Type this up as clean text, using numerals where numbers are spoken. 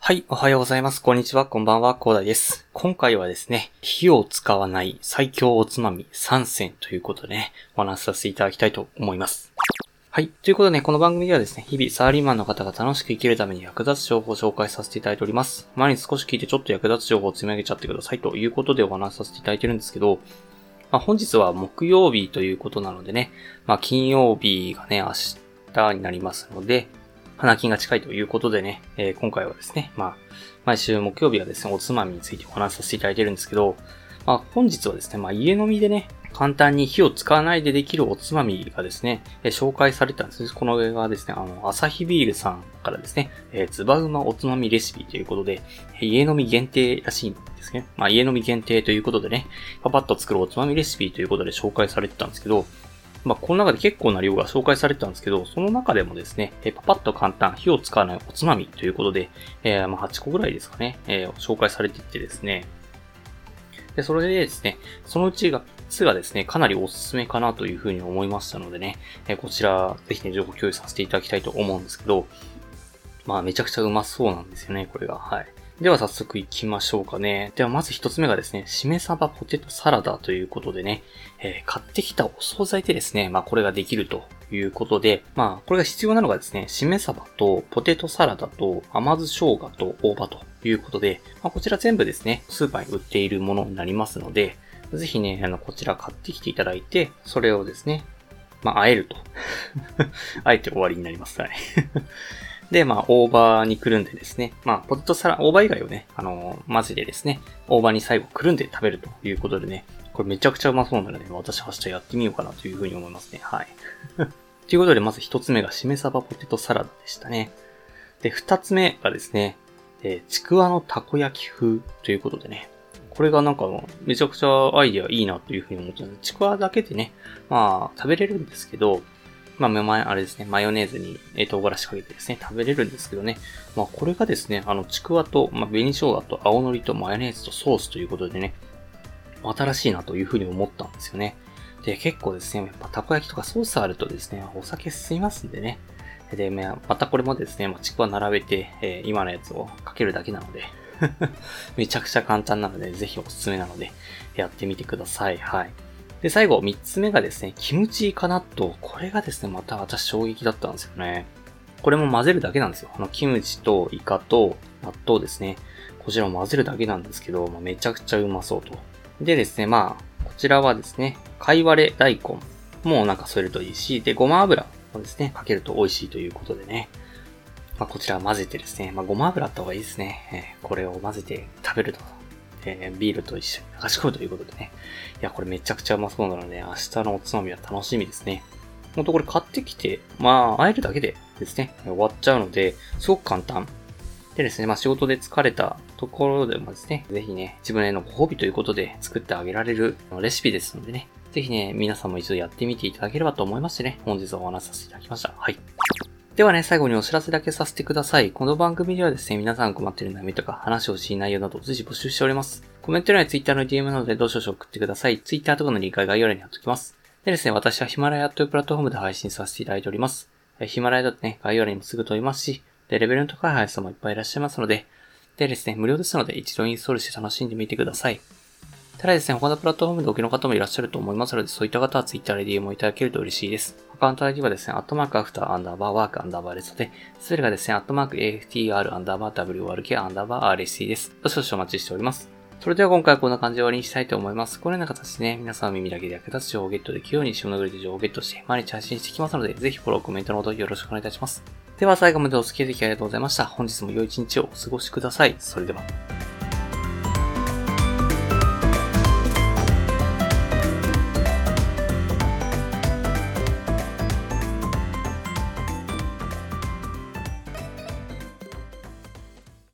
はい、おはようございます。こんにちは、こんばんは、コーダイです。今回はですね、火を使わない最強おつまみ3選ということでね、お話しさせていただきたいと思います。はい。ということでね、この番組ではですね、日々サラリーマンの方が楽しく生きるために役立つ情報を紹介させていただいております。毎日少し聞いてちょっと役立つ情報を積み上げちゃってくださいということでお話しさせていただいてるんですけど、本日は木曜日ということなのでね、金曜日がね、明日になりますので、花金が近いということでね、今回はですね、毎週木曜日はですね、おつまみについてお話しさせていただいてるんですけど、本日はですね、家飲みでね、簡単に火を使わないでできるおつまみがですね、紹介されたんです。この上がですね、アサヒビールさんからですね、ズバウマおつまみレシピということで、家飲み限定らしいんですね。家飲み限定ということでね、パパッと作るおつまみレシピということで紹介されてたんですけど、この中で結構な量が紹介されてたんですけど、その中でもですね、パパッと簡単、火を使わないおつまみということで、8個ぐらいですかね、紹介されていってですね、で、それでですね、そのうちが3つがですね、かなりおすすめかなというふうに思いましたのでね、こちら、ぜひね、情報共有させていただきたいと思うんですけど、めちゃくちゃうまそうなんですよね、これが。はい。では早速行きましょうかね。ではまず一つ目がですね、しめ鯖ポテトサラダということでね、買ってきたお惣菜でですね、これができるということで、これが必要なのがですね、しめ鯖とポテトサラダと甘酢生姜と大葉ということで、こちら全部ですね、スーパーに売っているものになりますので、ぜひね、こちら買ってきていただいて、それをですね、和えると。和えて終わりになります。はい。で、大葉にくるんでですね、ポテトサラダ、大葉以外をね、混ぜてですね、大葉に最後くるんで食べるということでね、これめちゃくちゃうまそうなので、私明日やってみようかなというふうに思いますね。はい。ということで、まず一つ目がしめ鯖ポテトサラダでしたね。で、二つ目がですね、ちくわのたこ焼き風ということでね、これがなんかめちゃくちゃアイディアいいなというふうに思ったので、ちくわだけでね、食べれるんですけど、あれですね、マヨネーズに唐辛子かけてですね、食べれるんですけどね。これがですね、ちくわと、紅生姜と青のりとマヨネーズとソースということでね、新しいなというふうに思ったんですよね。で、結構ですね、やっぱたこ焼きとかソースあるとですね、お酒進みますんでね。で、またこれもですね、ちくわ並べて、今のやつをかけるだけなので、めちゃくちゃ簡単なので、ぜひおすすめなので、やってみてください。はい。で、最後、3つ目がですね、キムチイカ納豆。これがですね、また私衝撃だったんですよね。これも混ぜるだけなんですよ。キムチとイカと納豆ですね。こちらを混ぜるだけなんですけど、めちゃくちゃうまそうと。でですね、こちらはですね、貝割れ大根もなんか添えるといいし、で、ごま油をですね、かけると美味しいということでね。こちら混ぜてですね、ごま油あった方がいいですね。これを混ぜて食べると。ビールと一緒に流し込むということでね。いや、これめちゃくちゃうまそうなので、明日のおつまみは楽しみですね。ほんとこれ買ってきて、和えるだけでですね、終わっちゃうので、すごく簡単。でですね、仕事で疲れたところでもですね、ぜひね、自分へのご褒美ということで作ってあげられるレシピですのでね、ぜひね、皆さんも一度やってみていただければと思いましてね、本日はお話しさせていただきました。はい。ではね、最後にお知らせだけさせてください。この番組ではですね、皆さん困っている悩みとか話をしい内容など随時募集しております。コメント欄や Twitter の DM などでどうしよう送ってください。Twitter とかのリンクは概要欄に貼っておきます。でですね、私はヒマラヤというプラットフォームで配信させていただいております。ヒマラヤだとね、概要欄にもすぐ飛びますし、で、レベルの高い配信者もいっぱいいらっしゃいますので、でですね、無料ですので一度インストールして楽しんでみてください。ただですね、他のプラットフォームでお聞きの方もいらっしゃると思いますので、そういった方は Twitter で DM をいただけると嬉しいです。アカウント ID はですね、@after_work_rest で、スペルがですね、@aftr_work_rst です。少々お待ちしております。それでは今回はこんな感じで終わりにしたいと思います。このような形でね、皆さんの耳だけで役立つ情報をゲットできるように、下のグリで情報をゲットして、毎日配信していきますので、ぜひフォロー、コメントのほどよろしくお願いいたします。では最後までお付き合いいただきありがとうございました。本日も良い一日をお過ごしください。それでは。